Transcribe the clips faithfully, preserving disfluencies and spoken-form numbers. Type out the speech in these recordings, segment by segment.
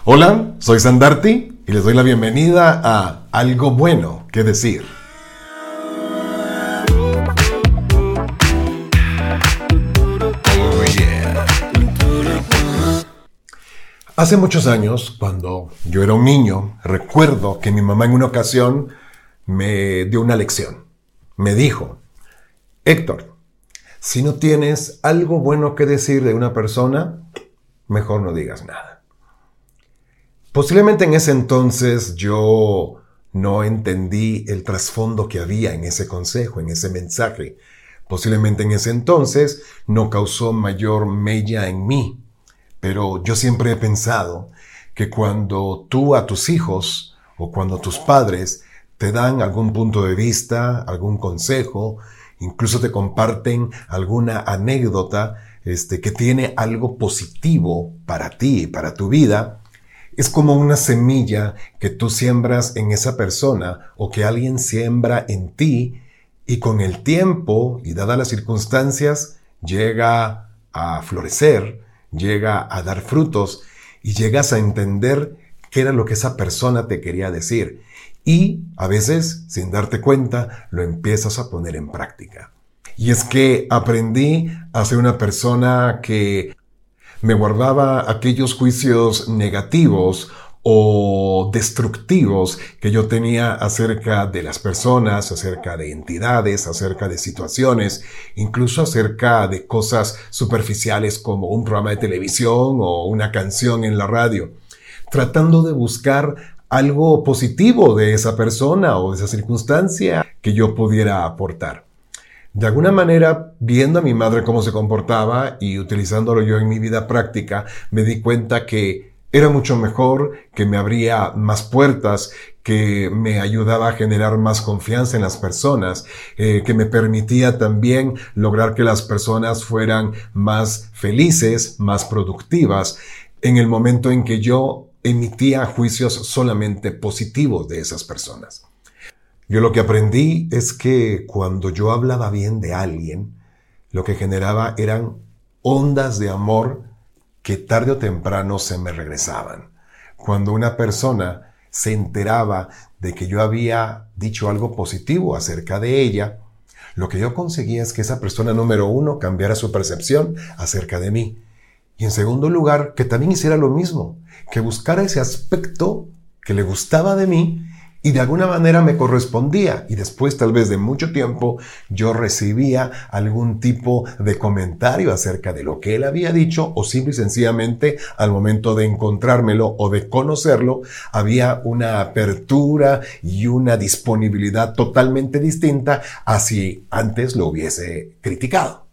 Hola, soy Sandarti y les doy la bienvenida a Algo Bueno que Decir. Oh, yeah. Hace muchos años, cuando yo era un niño, recuerdo que mi mamá en una ocasión me dio una lección. Me dijo: Héctor, si no tienes algo bueno que decir de una persona, mejor no digas nada. Posiblemente en ese entonces yo no entendí el trasfondo que había en ese consejo, en ese mensaje. Posiblemente en ese entonces no causó mayor mella en mí. Pero yo siempre he pensado que cuando tú a tus hijos o cuando tus padres te dan algún punto de vista, algún consejo, incluso te comparten alguna anécdota este, que tiene algo positivo para ti, para tu vida, es como una semilla que tú siembras en esa persona o que alguien siembra en ti y con el tiempo y dadas las circunstancias llega a florecer, llega a dar frutos y llegas a entender qué era lo que esa persona te quería decir. Y a veces, sin darte cuenta, lo empiezas a poner en práctica. Y es que aprendí a ser una persona que me guardaba aquellos juicios negativos o destructivos que yo tenía acerca de las personas, acerca de entidades, acerca de situaciones, incluso acerca de cosas superficiales como un programa de televisión o una canción en la radio, tratando de buscar algo positivo de esa persona o de esa circunstancia que yo pudiera aportar. De alguna manera, viendo a mi madre cómo se comportaba y utilizándolo yo en mi vida práctica, me di cuenta que era mucho mejor, que me abría más puertas, que me ayudaba a generar más confianza en las personas, eh, que me permitía también lograr que las personas fueran más felices, más productivas, en el momento en que yo emitía juicios solamente positivos de esas personas. Yo lo que aprendí es que cuando yo hablaba bien de alguien, lo que generaba eran ondas de amor que tarde o temprano se me regresaban. Cuando una persona se enteraba de que yo había dicho algo positivo acerca de ella, lo que yo conseguía es que esa persona número uno cambiara su percepción acerca de mí. Y en segundo lugar, que también hiciera lo mismo, que buscara ese aspecto que le gustaba de mí y de alguna manera me correspondía. Y después, tal vez de mucho tiempo, yo recibía algún tipo de comentario acerca de lo que él había dicho, o simple y sencillamente, al momento de encontrármelo o de conocerlo, había una apertura y una disponibilidad totalmente distinta a si antes lo hubiese criticado.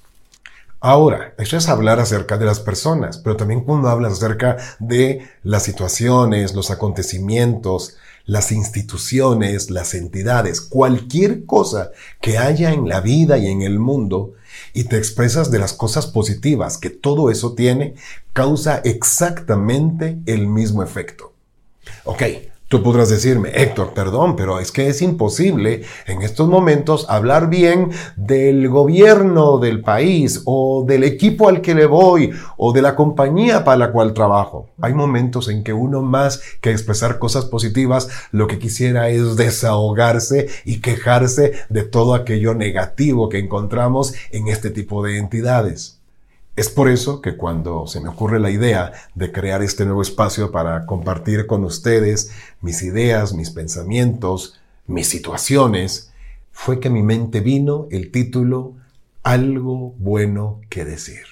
Ahora, eso es hablar acerca de las personas, pero también cuando hablas acerca de las situaciones, los acontecimientos, las instituciones, las entidades, cualquier cosa que haya en la vida y en el mundo, y te expresas de las cosas positivas que todo eso tiene, causa exactamente el mismo efecto. Ok. Tú podrás decirme: Héctor, perdón, pero es que es imposible en estos momentos hablar bien del gobierno del país o del equipo al que le voy o de la compañía para la cual trabajo. Hay momentos en que uno, más que expresar cosas positivas, lo que quisiera es desahogarse y quejarse de todo aquello negativo que encontramos en este tipo de entidades. Es por eso que cuando se me ocurre la idea de crear este nuevo espacio para compartir con ustedes mis ideas, mis pensamientos, mis situaciones, fue que a mi mente vino el título Algo Bueno que Decir.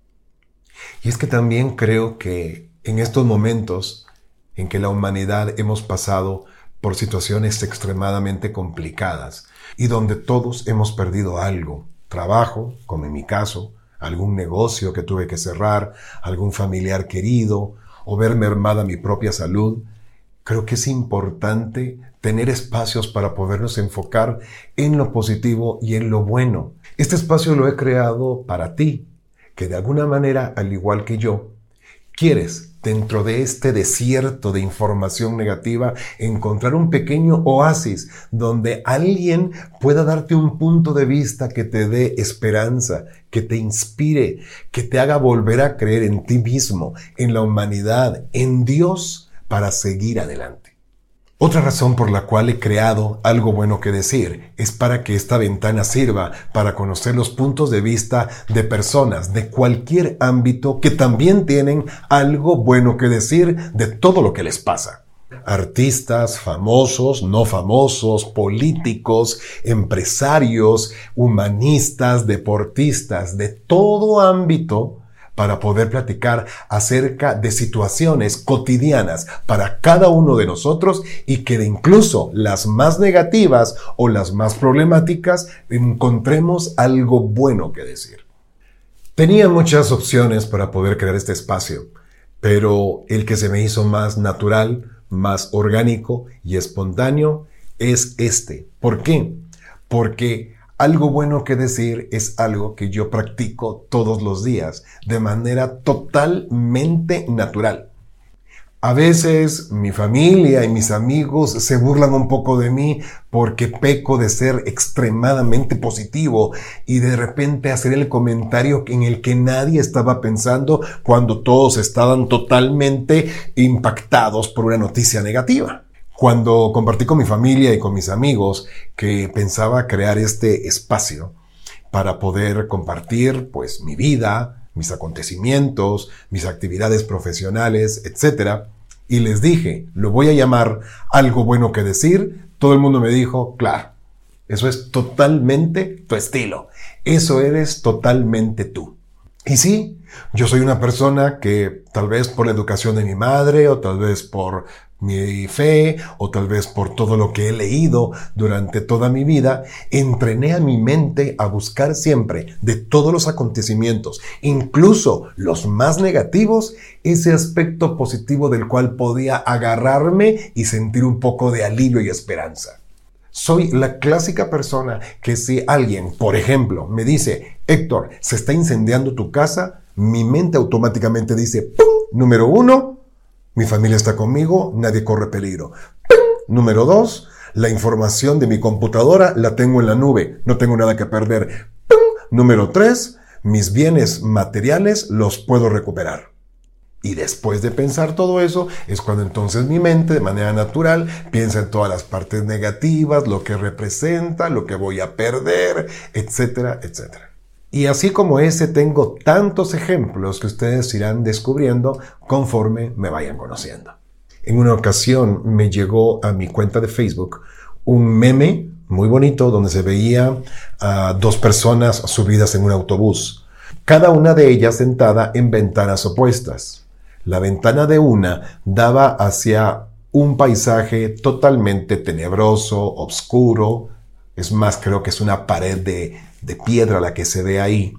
Y es que también creo que en estos momentos en que la humanidad hemos pasado por situaciones extremadamente complicadas y donde todos hemos perdido algo, trabajo, como en mi caso, algún negocio que tuve que cerrar, algún familiar querido, o ver mermada mi propia salud, creo que es importante tener espacios para podernos enfocar en lo positivo y en lo bueno. Este espacio lo he creado para ti, que de alguna manera, al igual que yo, ¿Quieres, dentro de este desierto de información negativa, encontrar un pequeño oasis donde alguien pueda darte un punto de vista que te dé esperanza, que te inspire, que te haga volver a creer en ti mismo, en la humanidad, en Dios, para seguir adelante? Otra razón por la cual he creado Algo Bueno que Decir es para que esta ventana sirva para conocer los puntos de vista de personas de cualquier ámbito que también tienen algo bueno que decir de todo lo que les pasa. Artistas, famosos, no famosos, políticos, empresarios, humanistas, deportistas, de todo ámbito, para poder platicar acerca de situaciones cotidianas para cada uno de nosotros y que de incluso las más negativas o las más problemáticas encontremos algo bueno que decir. Tenía muchas opciones para poder crear este espacio, pero el que se me hizo más natural, más orgánico y espontáneo es este. ¿Por qué? Porque Algo Bueno que Decir es algo que yo practico todos los días, de manera totalmente natural. A veces mi familia y mis amigos se burlan un poco de mí porque peco de ser extremadamente positivo y de repente hacer el comentario en el que nadie estaba pensando cuando todos estaban totalmente impactados por una noticia negativa. Cuando compartí con mi familia y con mis amigos que pensaba crear este espacio para poder compartir pues mi vida, mis acontecimientos, mis actividades profesionales, etcétera, y les dije, lo voy a llamar Algo Bueno que Decir, todo el mundo me dijo, claro, eso es totalmente tu estilo, eso eres totalmente tú. Y sí, yo soy una persona que tal vez por la educación de mi madre o tal vez por mi fe o tal vez por todo lo que he leído durante toda mi vida, entrené a mi mente a buscar siempre de todos los acontecimientos, incluso los más negativos, ese aspecto positivo del cual podía agarrarme y sentir un poco de alivio y esperanza. Soy la clásica persona que si alguien, por ejemplo, me dice, Héctor, se está incendiando tu casa, mi mente automáticamente dice, ¡pum! Número uno, mi familia está conmigo, nadie corre peligro. ¡Pum! Número dos, la información de mi computadora la tengo en la nube, no tengo nada que perder. ¡Pum! Número tres, mis bienes materiales los puedo recuperar. Y después de pensar todo eso, es cuando entonces mi mente, de manera natural, piensa en todas las partes negativas, lo que representa, lo que voy a perder, etcétera, etcétera. Y así como ese, tengo tantos ejemplos que ustedes irán descubriendo conforme me vayan conociendo. En una ocasión me llegó a mi cuenta de Facebook un meme muy bonito donde se veía a dos personas subidas en un autobús, cada una de ellas sentada en ventanas opuestas. La ventana de una daba hacia un paisaje totalmente tenebroso, oscuro. Es más, creo que es una pared de, de piedra la que se ve ahí.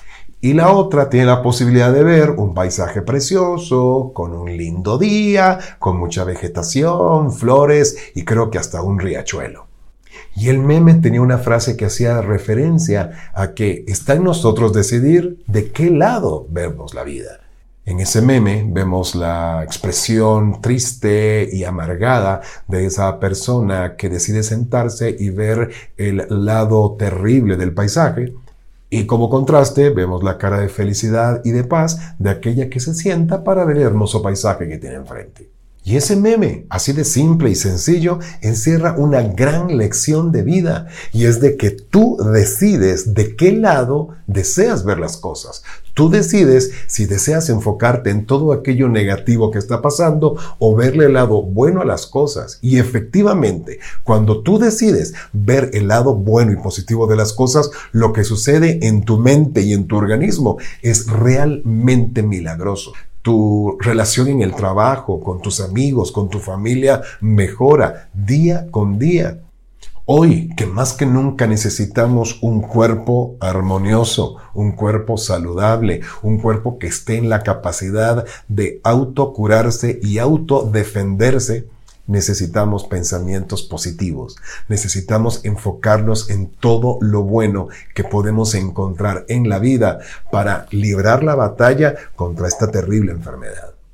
Y la otra tiene la posibilidad de ver un paisaje precioso, con un lindo día, con mucha vegetación, flores y creo que hasta un riachuelo. Y el meme tenía una frase que hacía referencia a que está en nosotros decidir de qué lado vemos la vida. En ese meme vemos la expresión triste y amargada de esa persona que decide sentarse y ver el lado terrible del paisaje. Y como contraste vemos la cara de felicidad y de paz de aquella que se sienta para ver el hermoso paisaje que tiene enfrente. Y ese meme, así de simple y sencillo, encierra una gran lección de vida. Y es de que tú decides de qué lado deseas ver las cosas. Tú decides si deseas enfocarte en todo aquello negativo que está pasando o verle el lado bueno a las cosas. Y efectivamente, cuando tú decides ver el lado bueno y positivo de las cosas, lo que sucede en tu mente y en tu organismo es realmente milagroso. Tu relación en el trabajo, con tus amigos, con tu familia mejora día con día. Hoy, que más que nunca necesitamos un cuerpo armonioso, un cuerpo saludable, un cuerpo que esté en la capacidad de autocurarse y autodefenderse, necesitamos pensamientos positivos. Necesitamos enfocarnos en todo lo bueno que podemos encontrar en la vida para librar la batalla contra esta terrible enfermedad.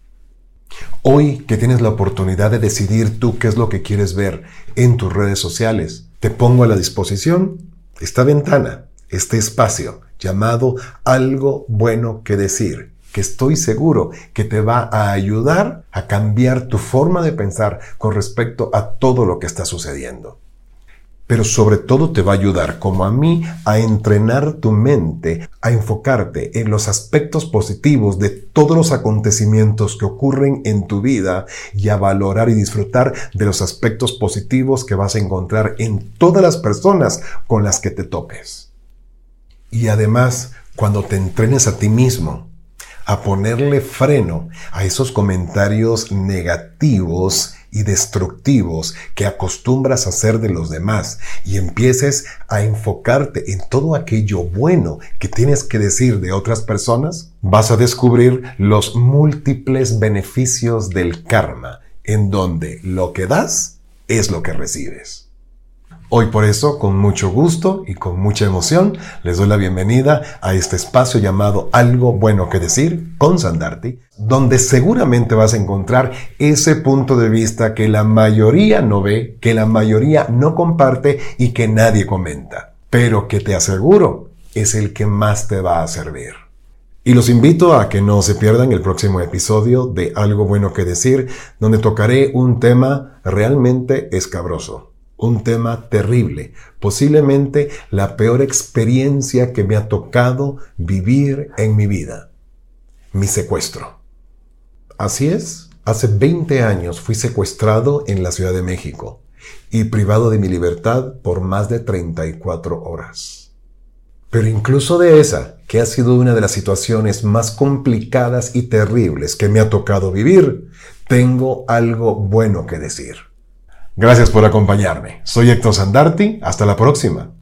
Hoy que tienes la oportunidad de decidir tú qué es lo que quieres ver en tus redes sociales, te pongo a la disposición esta ventana, este espacio llamado Algo Bueno que Decir, que estoy seguro que te va a ayudar a cambiar tu forma de pensar con respecto a todo lo que está sucediendo. Pero sobre todo te va a ayudar, como a mí, a entrenar tu mente, a enfocarte en los aspectos positivos de todos los acontecimientos que ocurren en tu vida y a valorar y disfrutar de los aspectos positivos que vas a encontrar en todas las personas con las que te topes. Y además, cuando te entrenes a ti mismo, a ponerle freno a esos comentarios negativos y destructivos que acostumbras a hacer de los demás y empieces a enfocarte en todo aquello bueno que tienes que decir de otras personas, vas a descubrir los múltiples beneficios del karma, en donde lo que das es lo que recibes. Hoy por eso, con mucho gusto y con mucha emoción, les doy la bienvenida a este espacio llamado Algo Bueno que Decir con Sandarti, donde seguramente vas a encontrar ese punto de vista que la mayoría no ve, que la mayoría no comparte y que nadie comenta, pero que te aseguro es el que más te va a servir. Y los invito a que no se pierdan el próximo episodio de Algo Bueno que Decir, donde tocaré un tema realmente escabroso. Un tema terrible, posiblemente la peor experiencia que me ha tocado vivir en mi vida. Mi secuestro. Así es, hace veinte años fui secuestrado en la Ciudad de México y privado de mi libertad por más de treinta y cuatro horas. Pero incluso de esa, que ha sido una de las situaciones más complicadas y terribles que me ha tocado vivir, tengo algo bueno que decir. Gracias por acompañarme. Soy Héctor Sandarti. Hasta la próxima.